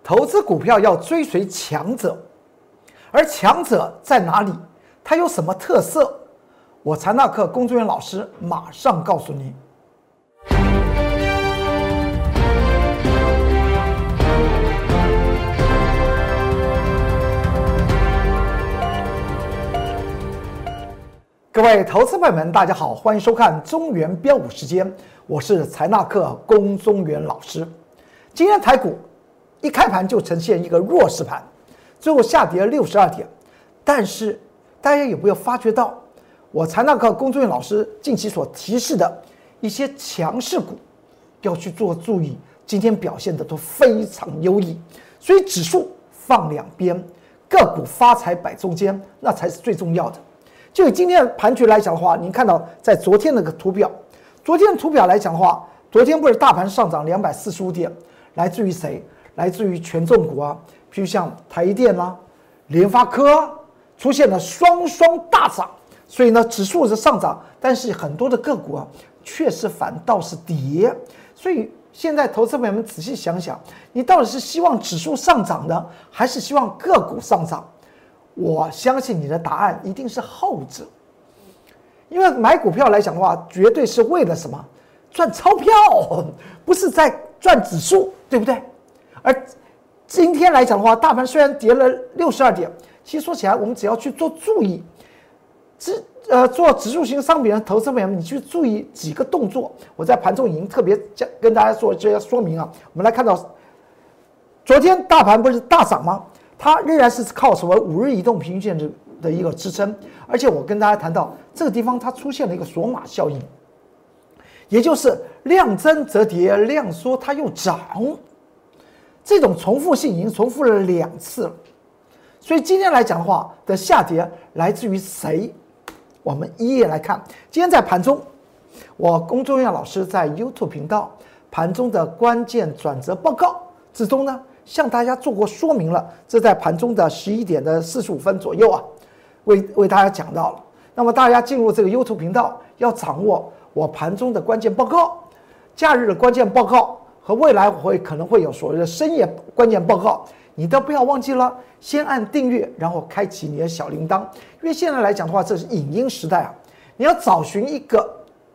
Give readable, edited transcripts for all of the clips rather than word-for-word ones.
投资股票要追随强者，而强者在哪里？它有什么特色？我财纳课工作人员老师马上告诉你。各位投资朋友们，大家好，欢迎收看中原标股时间，我是财纳课龚宗元老师。今天台股一开盘就呈现一个弱势盘，最后下跌62点。但是大家有没有发觉到，我财纳课龚宗元老师近期所提示的一些强势股要去做注意，今天表现的都非常优异，所以指数放两边，个股发财摆中间，那才是最重要的。就以今天的盘局来讲的话，您看到在昨天那个图表，昨天的图表来讲的话，昨天不是大盘上涨245点，来自于谁？来自于权重股啊，譬如像台电啦、联发科出现了双大涨，所以呢，指数是上涨，但是很多的个股啊，确实反倒是跌。所以现在投资朋友们仔细想想，你到底是希望指数上涨呢，还是希望个股上涨？我相信你的答案一定是后者，因为买股票来讲的话，绝对是为了什么？赚钞票，不是在赚指数，对不对？而今天来讲的话，大盘虽然跌了62点，其实说起来，我们只要去做注意，做指数型商品的投资朋友们，你去注意几个动作。我在盘中已经特别跟大家做这些说明啊。我们来看到，昨天大盘不是大涨吗？它仍然是靠什么5日移动平均线的一个支撑，而且我跟大家谈到这个地方它出现了一个索玛效应，也就是量增则跌，量缩它又涨，这种重复性已经重复了2次了。所以今天来讲的话的下跌来自于谁？我们一页来看。今天在盘中，我龚宗元老师在 YouTube 频道盘中的关键转折报告之中呢，向大家做过说明了，这在盘中的11点45分左右啊，为大家讲到了。那么大家进入这个 YouTube 频道，要掌握我盘中的关键报告、假日的关键报告和未来可能会有所谓的深夜关键报告，你都不要忘记了，先按订阅，然后开启你的小铃铛。因为现在来讲的话，这是影音时代啊，你要找寻一个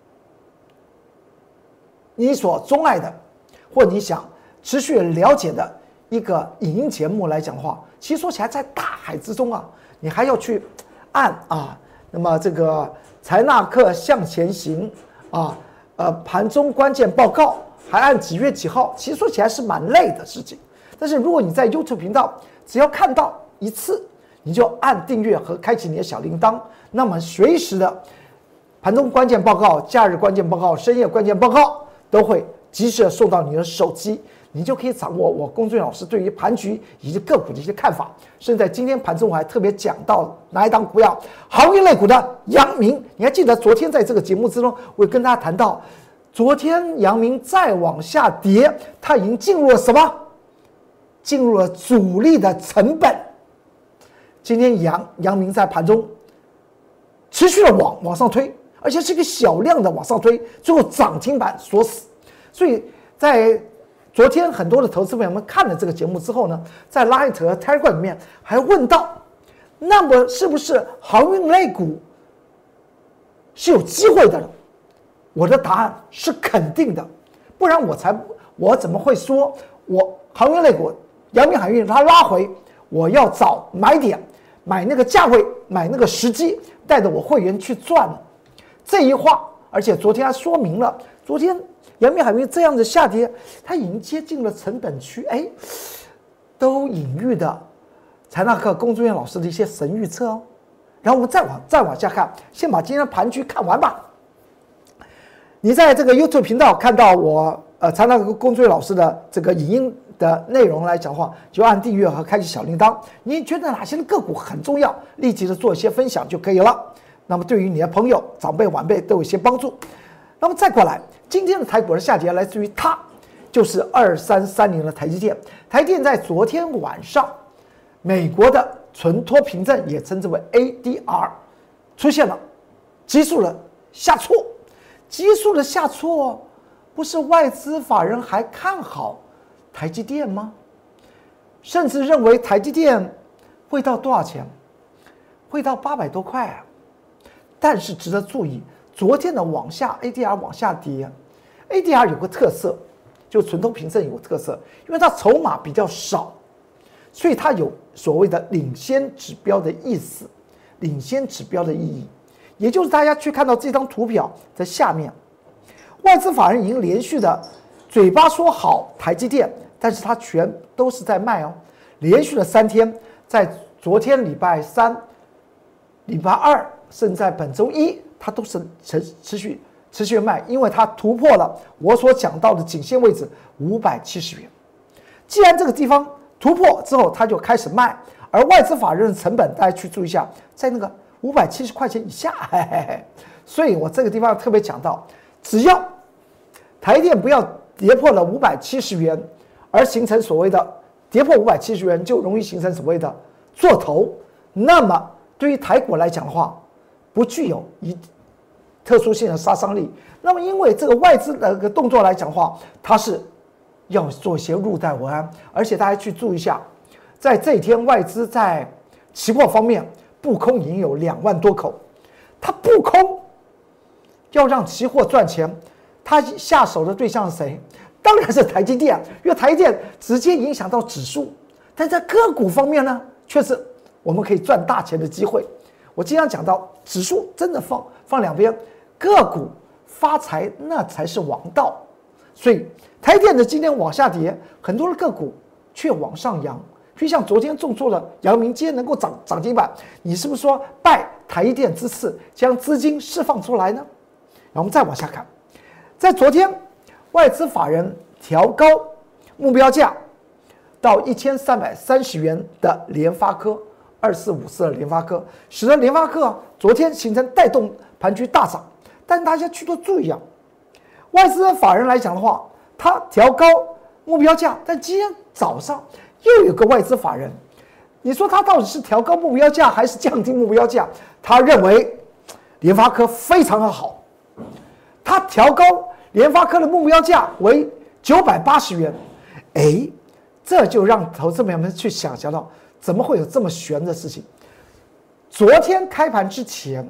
你所钟爱的，或你想持续了解的一个影音节目来讲的话，其实说起来，在大海之中啊，你还要去按啊，那么这个财纳课向前行啊，盘中关键报告，还按几月几号，其实说起来是蛮累的事情。但是如果你在 YouTube 频道，只要看到一次，你就按订阅和开启你的小铃铛，那么随时的盘中关键报告、假日关键报告、深夜关键报告都会及时的送到你的手机，你就可以掌握我龚宗元老师对于盘局以及个股的一些看法。甚至在今天盘中我还特别讲到哪一档股票，航运类股的阳明。你还记得昨天在这个节目之中，我跟大家谈到，昨天阳明再往下跌，它已经进入了什么？进入了主力的成本。今天阳明在盘中持续的往上推，而且是一个小量的往上推，最后涨停板锁死。所以在昨天很多的投资朋友们看了这个节目之后呢，在 Line 和 Telegram 里面还问到，那么是不是航运类股是有机会的呢？我的答案是肯定的，不然我怎么会说我航运类股阳明海运它拉回，我要找买点，买那个价位，买那个时机，带着我会员去赚了。这一话，而且昨天还说明了，昨天阳明海运这样的下跌，它已经接近了成本区，都隐喻的财纳课龚宗元老师的一些神预测哦。然后我们再往下看，先把今天的盘局看完吧。你在这个 YouTube 频道看到我财纳课龚宗元老师的这个影音的内容来讲的话，就按订阅和开启小铃铛。你觉得哪些个股很重要，立即的做一些分享就可以了。那么对于你的朋友、长辈、晚辈都有一些帮助。那么再过来，今天的台股的下跌来自于它，就是2330的台积电。台积电在昨天晚上，美国的存托凭证也称之为 ADR 出现了急速的下挫。急速的下挫，不是外资法人还看好台积电吗？ 甚至认为台积电会到多少钱？会到800多块啊！但是值得注意，昨天的往下 ADR 往下跌 ，ADR 有个特色，就存托凭证有个特色，因为它筹码比较少，所以它有所谓的领先指标的意思，领先指标的意义，也就是大家去看到这张图表的下面，外资法人已经连续的嘴巴说好台积电，但是它全都是在卖哦，连续的3天，在昨天礼拜3、礼拜2，甚至在本周1，它都是持续卖，因为它突破了我所讲到的颈线位置570元。既然这个地方突破之后，它就开始卖，而外资法人的成本大家去注意一下，在那个570块钱以下，所以我这个地方特别讲到，只要台电不要跌破了570元，而形成所谓的跌破570元就容易形成所谓的做头，那么对于台股来讲的话，不具有特殊性的杀伤力。那么因为这个外资的个动作来讲的话，它是要做一些入袋为安，而且大家去注意一下，在这一天外资在期货方面布空已经有2万多口，它布空要让期货赚钱，它下手的对象是谁？当然是台积电，因为台积电直接影响到指数，但在个股方面呢，却是我们可以赚大钱的机会。我经常讲到，指数真的放两边，个股发财那才是王道。所以台电的今天往下跌，很多的个股却往上扬，就像昨天重挫的阳明，今天能够涨停板，你是不是说拜台电之赐，将资金释放出来呢？然后我们再往下看，在昨天外资法人调高目标价到1330元的联发科2454的联发科，使得联发科昨天形成带动盘区大涨。但大家去多注意啊，外资法人来讲的话，他调高目标价，但今天早上又有个外资法人，你说他到底是调高目标价还是降低目标价？他认为联发科非常的好，他调高联发科的目标价为980元，这就让投资朋友们去想象到，怎么会有这么悬的事情？昨天开盘之前，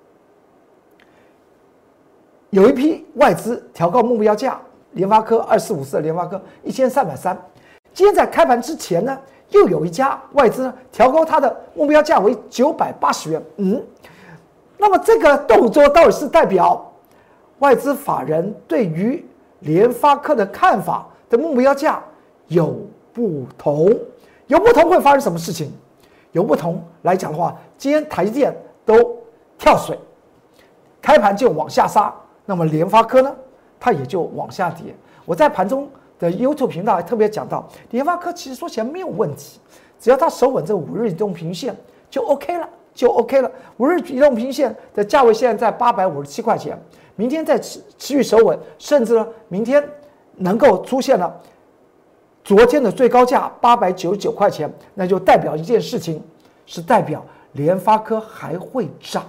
有一批外资调高目标价，联发科2454的联发科1330。今天在开盘之前呢，又有一家外资调高它的目标价为980元。那么这个动作到底是代表外资法人对于联发科的看法的目标价有不同？有不同会发生什么事情？有不同来讲的话，今天台积电都跳水，开盘就往下杀，那么联发科呢，它也就往下跌。我在盘中的 YouTube 频道还特别讲到，联发科其实说起来没有问题，只要它守稳这个5日移动平均线就 OK 了，5日移动平均线的价位现在在857块钱，明天再持续守稳，甚至呢，明天能够出现了昨天的最高价899块钱，那就代表一件事情，是代表联发科还会涨。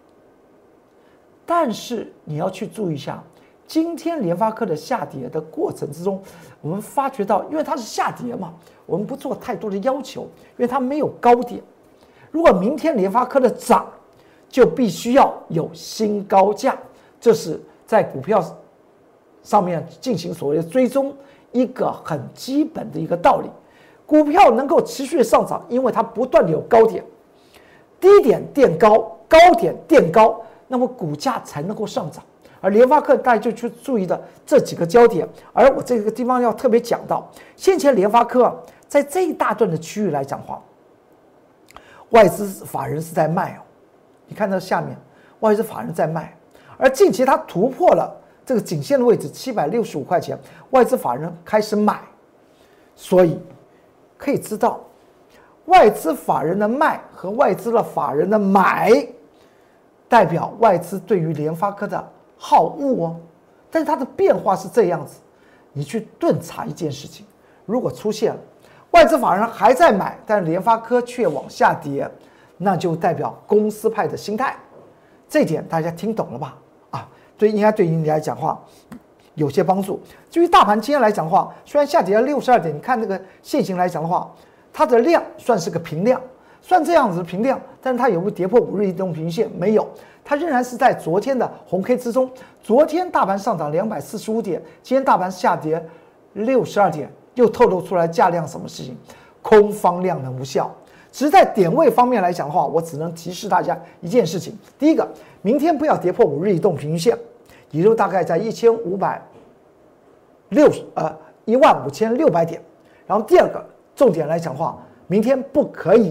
但是你要去注意一下，今天联发科的下跌的过程之中，我们发觉到，因为它是下跌嘛，我们不做太多的要求，因为它没有高点。如果明天联发科的涨，就必须要有新高价，这是在股票上面进行所谓的追踪一个很基本的一个道理。股票能够持续上涨，因为它不断的有高点，低点垫高，高点垫高，那么股价才能够上涨。而联发科大家就去注意的这几个焦点，而我这个地方要特别讲到，先前联发科在这一大段的区域来讲话，外资法人是在卖哦，你看到下面外资法人在卖，而近期它突破了这个颈线的位置765块钱，外资法人开始买，所以可以知道外资法人的卖和外资的法人的买，代表外资对于联发科的好恶哦。但是它的变化是这样子，你去顿察一件事情，如果出现了外资法人还在买，但联发科却往下跌，那就代表公司派的心态。这点大家听懂了吧？应该对于你来讲话有些帮助。至于大盘今天来讲的话，虽然下跌了62点，你看这个线型来讲的话，它的量算是个平量，算这样子的平量，但是它有没有跌破5日移动平均线？没有，它仍然是在昨天的红 K 之中。昨天大盘上涨245点，今天大盘下跌62点，又透露出来价量什么事情？空方量能无效。只是在点位方面来讲的话，我只能提示大家一件事情：第一个，明天不要跌破5日移动平均线，也就大概在15600点。然后第二个重点来讲的话，明天不可以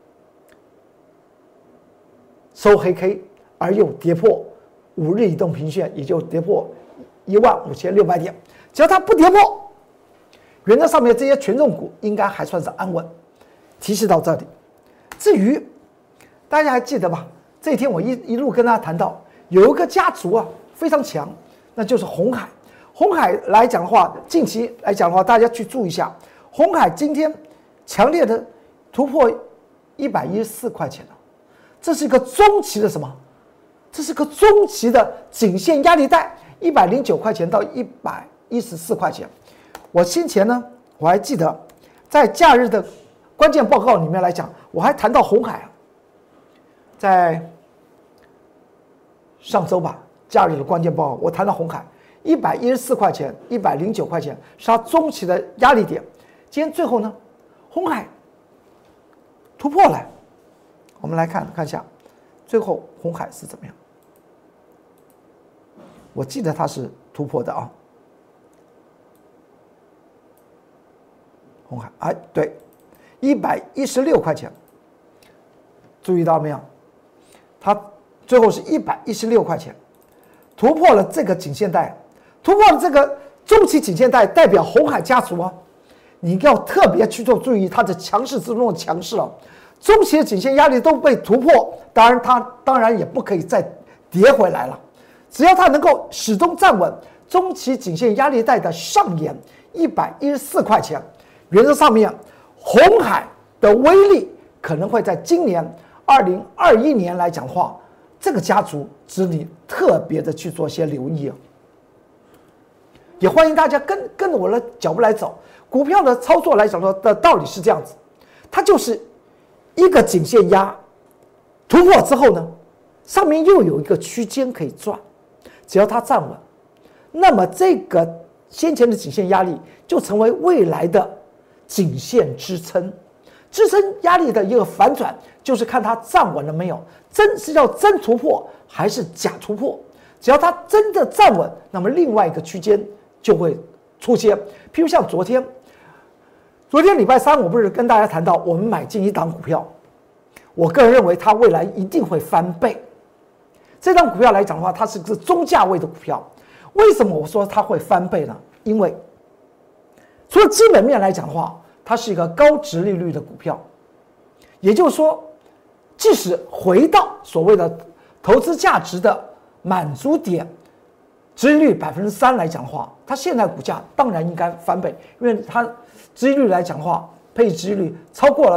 收黑 K 而又跌破5日移动平均线，也就跌破15600点。只要它不跌破，原则上面这些权重股应该还算是安稳。提示到这里。至于大家还记得吧？这一天我一路跟大家谈到，有一个家族啊非常强，那就是鸿海。鸿海来讲的话，近期来讲的话，大家去注意一下，鸿海今天强烈的突破114块钱了，这是一个中期的什么？这是个中期的颈线压力带，109块钱到114块钱。我先前呢，我还记得在假日的关键报告里面来讲，我还谈到鸿海啊，在上周吧，假日的关键报告，我谈到鸿海114块钱、109块钱是它中期的压力点。今天最后呢，鸿海突破了，我们来看一下，最后鸿海是怎么样？我记得它是突破的啊，鸿海，哎，对。116块钱，注意到没有？它最后是116块钱，突破了这个颈线带，突破了这个中期颈线带，代表鸿海家族啊，你要特别去做注意它的强势之中的强势了。中期的颈线压力都被突破，它当然也不可以再跌回来了。只要它能够始终站稳中期颈线压力带的上沿114块钱，原则上面。鸿海的威力可能会在今年2021年来讲话，这个家族值得你特别的去做些留意啊。也欢迎大家跟着我的脚步来走。股票的操作来讲说的道理是这样子，它就是一个颈线压突破之后呢，上面又有一个区间可以转，只要它站稳，那么这个先前的颈线压力就成为未来的颈线支撑压力的一个反转，就是看它站稳了没有，是叫真突破还是假突破。只要它真的站稳，那么另外一个区间就会出现。譬如像昨天礼拜三，我不是跟大家谈到我们买进一档股票，我个人认为它未来一定会翻倍。这档股票来讲的话，它是个中价位的股票。为什么我说它会翻倍呢？因为除了基本面来讲的话，它是一个高殖利率的股票，也就是说，即使回到所谓的投资价值的满足点，殖利率3%来讲的话，它现在股价当然应该翻倍，因为它殖利率来讲的话，配殖利率超过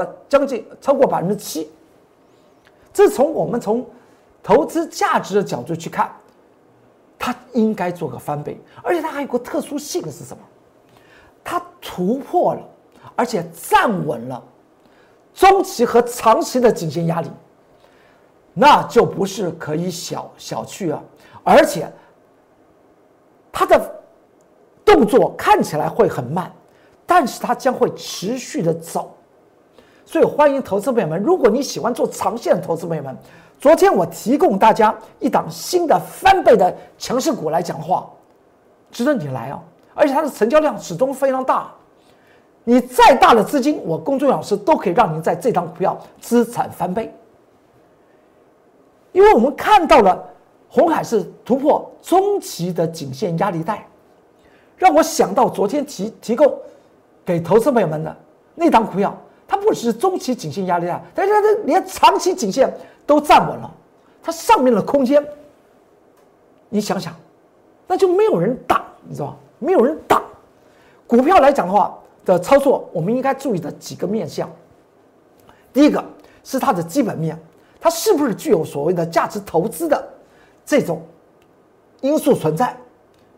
7%，这是我们从投资价值的角度去看，它应该做个翻倍，而且它还有个特殊性是什么？它突破了，而且站稳了中期和长期的颈线压力，那就不是可以小觑啊！而且它的动作看起来会很慢，但是它将会持续的走。所以欢迎投资朋友们，如果你喜欢做长线的投资朋友们，昨天我提供大家一档新的翻倍的强势股来讲话，值得你来啊！而且它的成交量始终非常大，你再大的资金，我公众老师都可以让您在这档股票资产翻倍。因为我们看到了鸿海是突破中期的颈线压力带，让我想到昨天提供给投资朋友们的那档股票，它不只是中期颈线压力带，但是它连长期颈线都站稳了，它上面的空间，你想想，那就没有人挡，你知道吗？没有人挡。股票来讲的话的操作，我们应该注意的几个面向。第一个是它的基本面，它是不是具有所谓的价值投资的这种因素存在？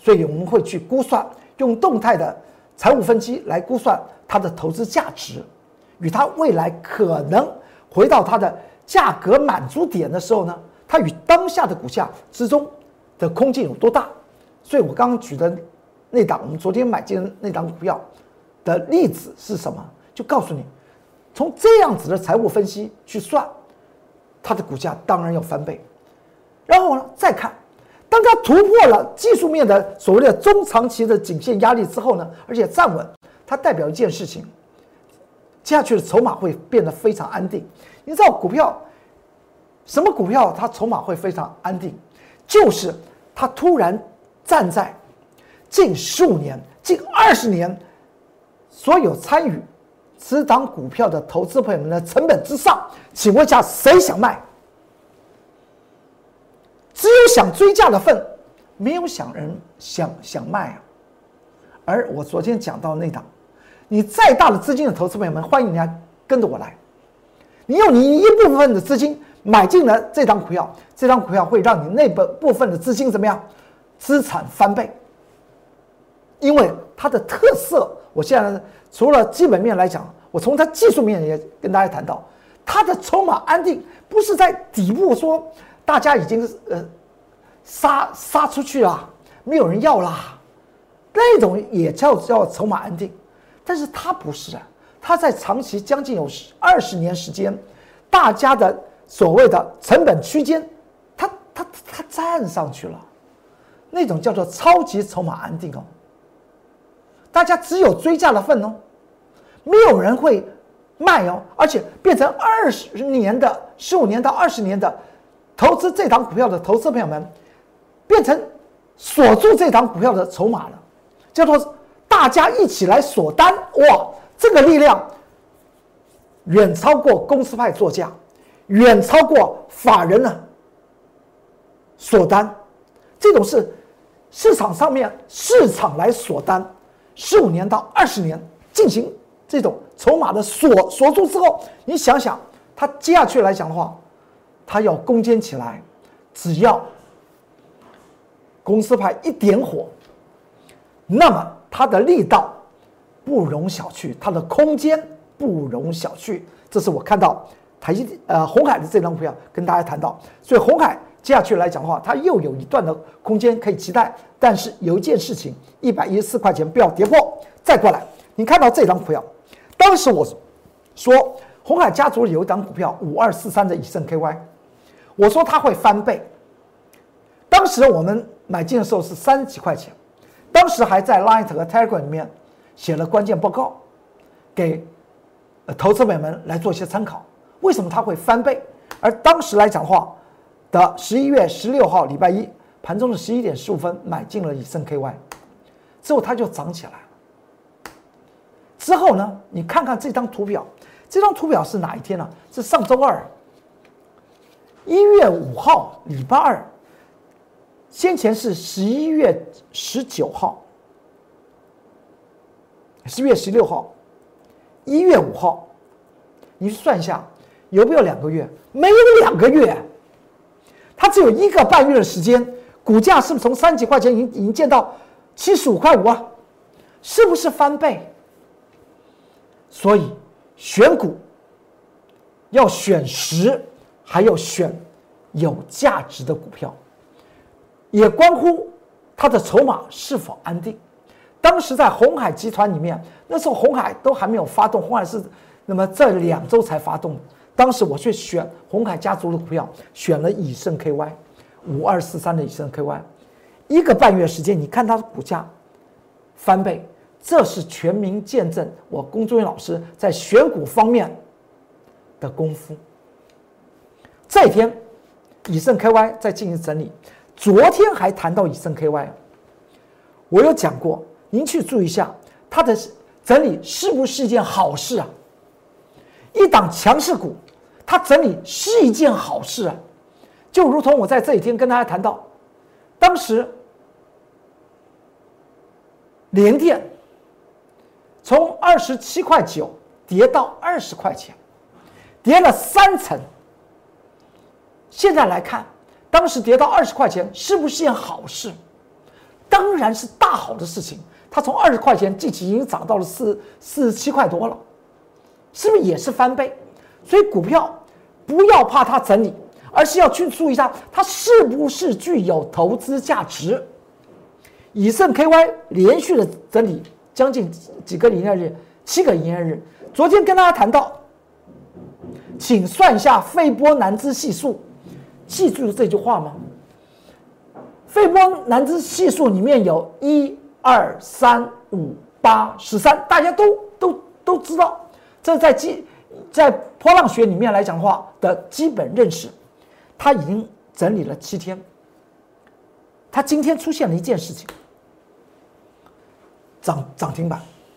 所以我们会去估算，用动态的财务分析来估算它的投资价值，与它未来可能回到它的价格满足点的时候呢，它与当下的股价之中的空间有多大。所以我刚刚举的那档我们昨天买进的那档股票的例子是什么？就告诉你，从这样子的财务分析去算，它的股价当然要翻倍。然后呢，再看，当它突破了技术面的所谓的中长期的颈线压力之后呢，而且站稳，它代表一件事情，接下去的筹码会变得非常安定。你知道股票什么股票它筹码会非常安定？就是它突然站在近15年、近20年所有参与此档股票的投资朋友们的成本之上。请问一下，谁想卖？只有想追价的份，没有人想卖啊。而我昨天讲到那档，你再大的资金的投资朋友们，欢迎你来跟着我来。你用你一部分的资金买进了这档股票，这档股票会让你那部分的资金怎么样？资产翻倍。因为它的特色，我现在除了基本面来讲，我从它技术面也跟大家谈到，它的筹码安定，不是在底部说大家已经杀出去了，没有人要啦，那种也叫筹码安定。但是它不是啊，它在长期将近有20年时间，大家的所谓的成本区间，它站上去了，那种叫做超级筹码安定哦。大家只有追价的份哦，没有人会卖哦，而且变成15年到20年的投资这档股票的投资朋友们，变成锁住这档股票的筹码了，叫做大家一起来锁单。哇，这个力量远超过公司派作价，远超过法人呢锁单，这种是市场上面市场来锁单，15年到20年进行这种筹码的锁住之后，你想想，它接下去来讲的话，它要攻坚起来，只要公司派一点火，那么它的力道不容小觑，它的空间不容小觑。这是我看到鸿海的这张股票跟大家谈到，所以鸿海接下去来讲的话，它又有一段的空间可以期待。但是有一件事情，114块钱不要跌破。再过来，你看到这张股票，当时我说鸿海家族里有一档股票5243的以盛 KY， 我说它会翻倍。当时我们买进的时候是30几块钱，当时还在 Line 和 Telegram 里面写了关键报告，给投资者们来做一些参考。为什么它会翻倍？而当时来讲的话的11月16号礼拜一盘中的11点15分买进了以盛 KY， 之后它就涨起来了。之后呢，你看看这张图表，这张图表是哪一天呢？是上周二，1月5号礼拜二，先前是11月19号，11月16号，1月5号，你算一下，有没有2个月？没有2个月，它只有1个半月的时间，股价是不是从30几块钱已经见到75块5啊？是不是翻倍？所以选股要选实，还要选有价值的股票，也关乎它的筹码是否安定。当时在鸿海集团里面，那时候鸿海都还没有发动，鸿海是那么这2周才发动。当时我去选鸿海家族的股票，选了以盛 KY 5243的以盛 KY， 1个半月时间，你看它的股价翻倍，这是全民见证我龚忠元老师在选股方面的功夫。这一天以盛 KY 在进行整理，昨天还谈到以盛 KY， 我有讲过，您去注意一下它的整理是不是一件好事啊？一档强势股它整理是一件好事啊，就如同我在这一天跟大家谈到，当时联电从27.9块跌到20块钱，跌了3成。现在来看，当时跌到20块钱是不是件好事？ 当然是大好的事情。它从20块钱近期已经涨到了47块多了，是不是也是翻倍？所以股票不要怕它整理，而是要去注意它是不是具有投资价值。以盛 KY 连续的整理将近几个营业日，7个营业日。昨天跟大家谈到，请算一下斐波那兹系数，记住这句话吗？斐波那兹系数里面有1、2、3、5、8、13，大家都知道，这在波浪学里面来讲的话的基本认识。它已经整理了7天，它今天出现了一件事情，涨停板。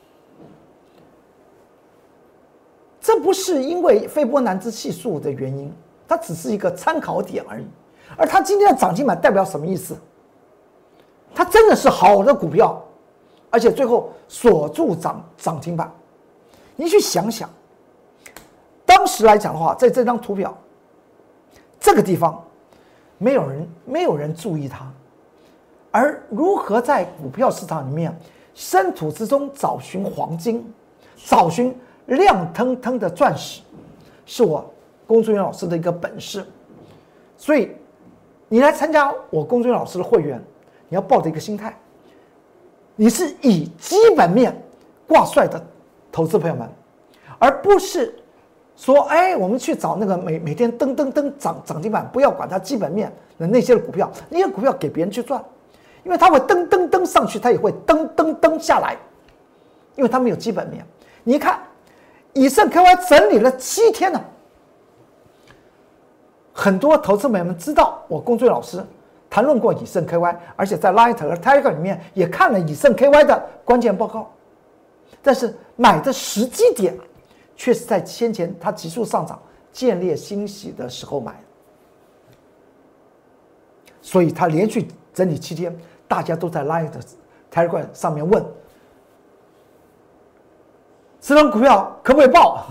这不是因为斐波那兹系数的原因，它只是一个参考点而已。而它今天的涨停板代表什么意思？它真的是好的股票，而且最后锁住涨停板。你去想想，当时来讲的话，在这张图表这个地方，没有人注意它，而如何在股票市场里面深土之中找寻黄金，找寻亮腾腾的钻石，是我龚宗元老师的一个本事。所以你来参加我龚宗元老师的会员，你要抱着一个心态，你是以基本面挂帅的投资朋友们，而不是说我们去找那个每天登涨停板，不要管它基本面的那些股票，那些股票给别人去赚，因为它会登上去，它也会登下来，因为它没有基本面。你看以盛 KY 整理了7天了，很多投资朋友们知道我龚宗元老师谈论过以盛 KY， 而且在 Line 和 Telegram 里面也看了以盛 KY 的关键报告，但是买的时机点却是在先前它急速上涨、见猎欣喜的时候买，所以它连续整理7天，大家都在 Line 的 Telegram 上面问，这张股票可不可以报？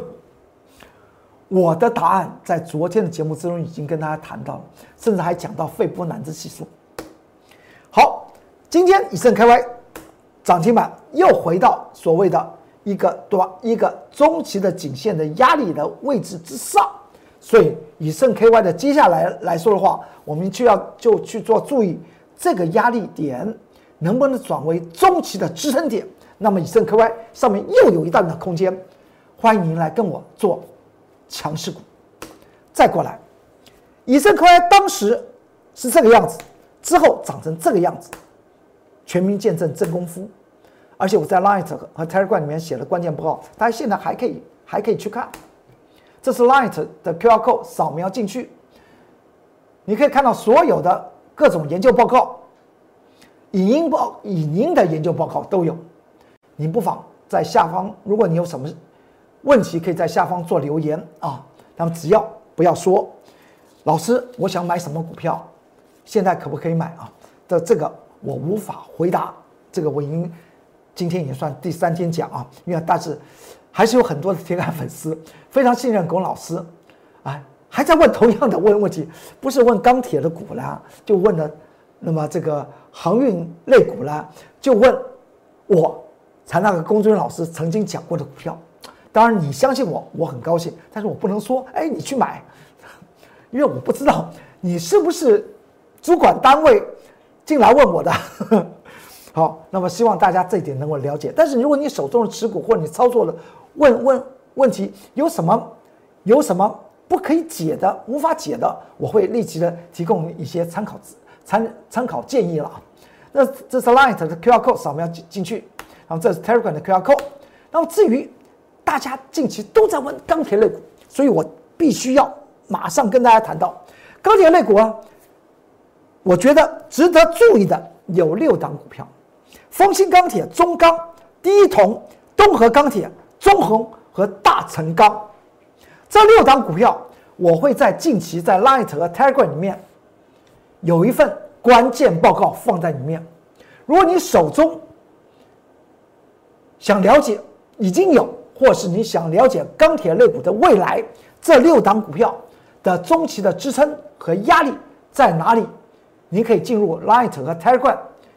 我的答案在昨天的节目之中已经跟大家谈到了，甚至还讲到斐波那兹系数。好，今天以盛 KY 涨停板又回到所谓的一个中期的颈线的压力的位置之上，所以以盛 KY 的接下来说的话，我们就去做注意这个压力点能不能转为中期的支撑点。那么以盛 KY 上面又有一段的空间，欢迎您来跟我做强势股。再过来，以盛 KY 当时是这个样子，之后长成这个样子，全民见证真功夫。而且我在 Line 和 Telegram 里面写了关键报告，大家现在还可以去看。这是 Line 的 QR code， 扫描进去，你可以看到所有的各种研究报告、影音的研究报告都有。你不妨在下方，如果你有什么问题，可以在下方做留言啊。那么只要不要说，老师，我想买什么股票，现在可不可以买啊？这个我无法回答，这个我今天已经算第3天讲啊，但是还是有很多的铁杆粉丝非常信任龚老师，还在问同样的问题，不是问钢铁的股啦，就问了那么这个航运类股啦，就问我才那个龚宗元老师曾经讲过的股票。当然你相信我，我很高兴，但是我不能说你去买，因为我不知道你是不是主管单位进来问我的。好，那么希望大家这一点能够了解。但是如果你手中的持股或者你操作的问题有什么不可以解的、无法解的，我会立即的提供一些参考建议了。那这是 Line 的 QR code 扫描进去，然后这是 Telegram 的 QR code。然后至于大家近期都在问钢铁类股，所以我必须要马上跟大家谈到钢铁类股啊。我觉得值得注意的有6档股票：丰兴钢铁、中钢、第一铜、东和钢铁、中宏和大成钢。这6档股票，我会在近期在 Line 和 Telegram 里面有一份关键报告放在里面。如果你手中想了解已经有，或是你想了解钢铁类股的未来，这6档股票的中期的支撑和压力在哪里？你可以进入 Line 和 Telegram，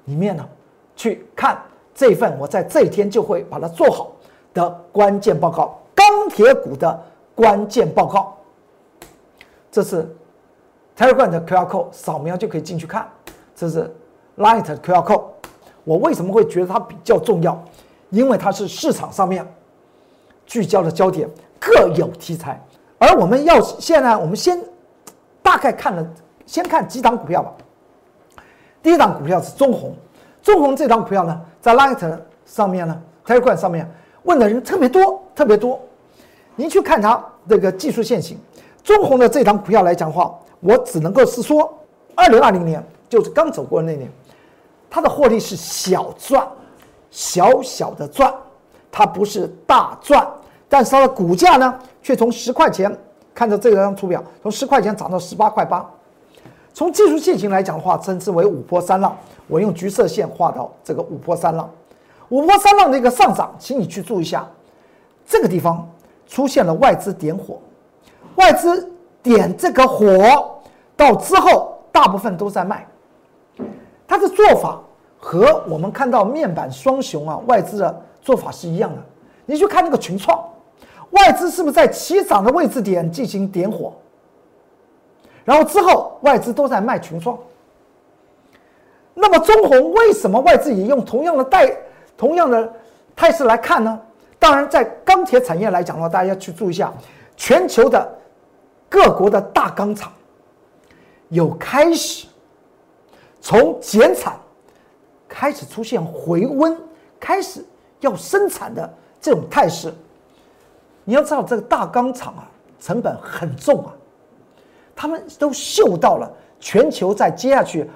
里面呢，去看这份我在这一天就会把它做好的关键报告，钢铁股的关键报告。这是 Telegram 的 QR code， 扫描就可以进去看。这是 Light 的 QR code。我为什么会觉得它比较重要？因为它是市场上面聚焦的焦点，各有题材。而我们现在我们先大概先看几档股票吧。第一档股票是中鸿，中鸿这档股票呢，在 Light 上面呢 ，Telegram 上面问的人特别多。您去看它这个技术线型，中鸿的这档股票来讲的话，我只能够是说，2020年就是刚走过的那年，它的获利是小赚，小的赚，它不是大赚，但是它的股价呢，却从10块钱，看着这张图表，从10块钱涨到18块8。从技术线型来讲的话，称之为五波三浪。我用橘色线画到这个五波三浪，五波三浪的一个上涨，请你去注意一下，这个地方出现了外资点火，外资点这个火到之后，大部分都在卖。它的做法和我们看到面板双雄啊，外资的做法是一样的。你去看那个群创，外资是不是在起涨的位置点进行点火？然后之后外资都在卖群创。那么中鸿为什么外资也用同样的态势来看呢？当然，在钢铁产业来讲的话，大家要去注意一下，全球的各国的大钢厂有开始从减产开始出现回温，开始要生产的这种态势。你要知道，这个大钢厂啊，成本很重啊，他们都嗅到了全球在接下去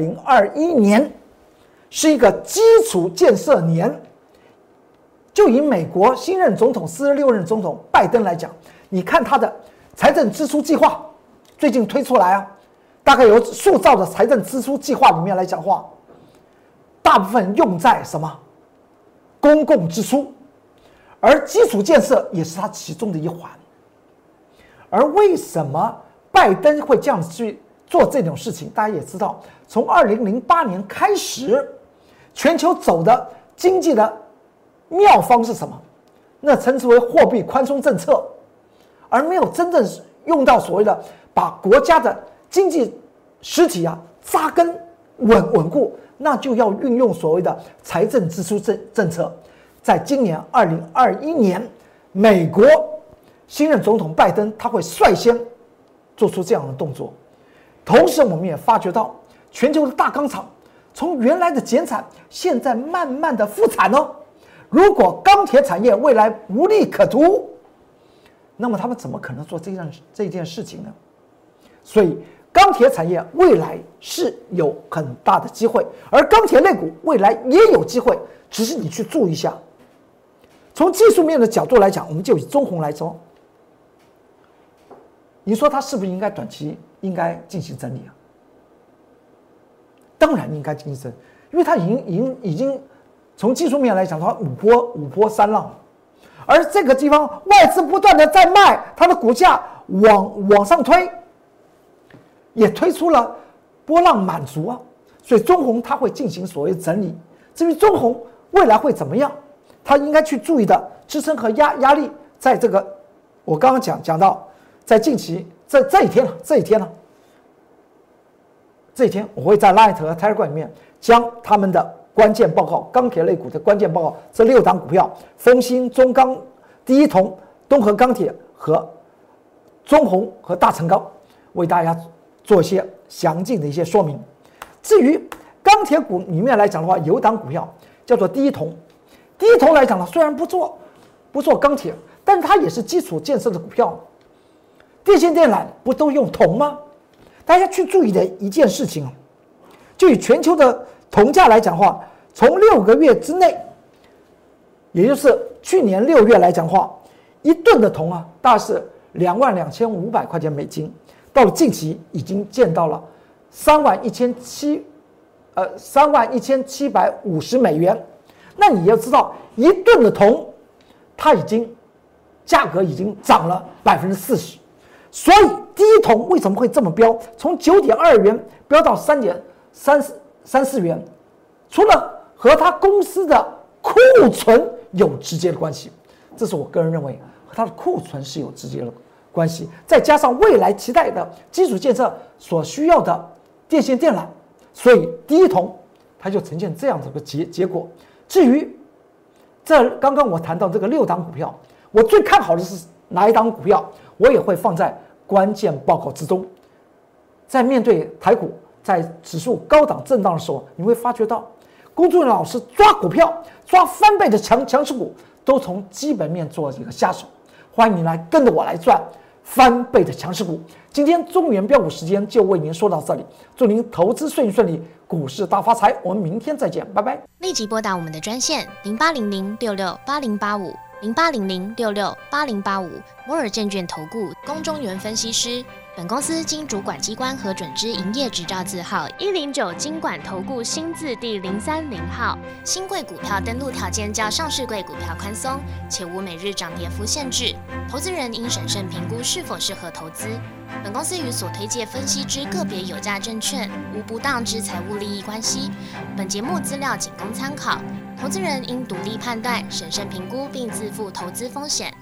2021年是一个基础建设年。就以美国新任总统46任总统拜登来讲，你看他的财政支出计划最近推出来啊，大概有塑造的财政支出计划里面来讲话，大部分用在什么？公共支出，而基础建设也是它其中的一环。而为什么拜登会这样子去做这种事情？大家也知道，从2008年开始，全球走的经济的妙方是什么？那称之为货币宽松政策，而没有真正用到所谓的把国家的经济实体啊扎根稳固，那就要运用所谓的财政支出政策。在今年2021年，美国新任总统拜登他会率先做出这样的动作。同时，我们也发觉到全球的大钢厂从原来的减产，现在慢慢的复产哦。如果钢铁产业未来无利可图，那么他们怎么可能做这件事情呢？所以钢铁产业未来是有很大的机会，而钢铁类股未来也有机会，只是你去注意一下。从技术面的角度来讲，我们就以中鸿来说，你说它是不是应该短期应该进行整理啊？当然应该进行整理，因为它已经从技术面来讲，它五波三浪，而这个地方外资不断的在卖，它的股价往上推，也推出了波浪满足啊，所以中鸿它会进行所谓整理。至于中鸿未来会怎么样，它应该去注意的支撑和压力，在这个我刚刚讲到，在近期这一天，我会在 Light 和 Telegram 里面将他们的关键报告，钢铁类股的关键报告，这6档股票，丰兴、中钢、第一铜、东和钢铁和中鸿和大成钢，为大家做一些详尽的一些说明。至于钢铁股里面来讲的话，有一档股票叫做第一铜。第一铜来讲呢，虽然不做钢铁，但是它也是基础建设的股票。电线电缆不都用铜吗？大家去注意的一件事情，就以全球的铜价来讲的话，从6个月之内，也就是去年6月来讲的话，1吨的铜啊，大概是22500块钱美金，到了近期已经见到了31750美元。那你要知道，1吨的铜，它价格已经涨了40%，所以第一铜为什么会这么飙？从9.2元飙到3.34元， 除了和他公司的库存有直接的关系，这是我个人认为和他的库存是有直接的关系，再加上未来期待的基础建设所需要的电线电缆，所以第一桶它就呈现这样的一个结果。至于这刚刚我谈到这个6档股票，我最看好的是哪一档股票，我也会放在关键报告之中。在面对台股在指数高档震荡的时候，你会发觉到公众老师抓股票抓翻倍的强势股，都从基本面做一个下手。欢迎你来跟着我来赚翻倍的强势股。今天中原标股时间就为您说到这里，祝您投资顺利，股市大发财。我们明天再见，拜拜。 立即拨打我们的专线0800668085 0800668085，摩尔证券投顾龚中原分析师。本公司经主管机关核准之营业执照字号109金管投顾新字第030号。新贵股票登录条件较上市贵股票宽松，且无每日涨跌幅限制。投资人应审慎评估是否适合投资。本公司与所推介分析之个别有价证券无不当之财务利益关系。本节目资料仅供参考，投资人应独立判断、审慎评估并自负投资风险。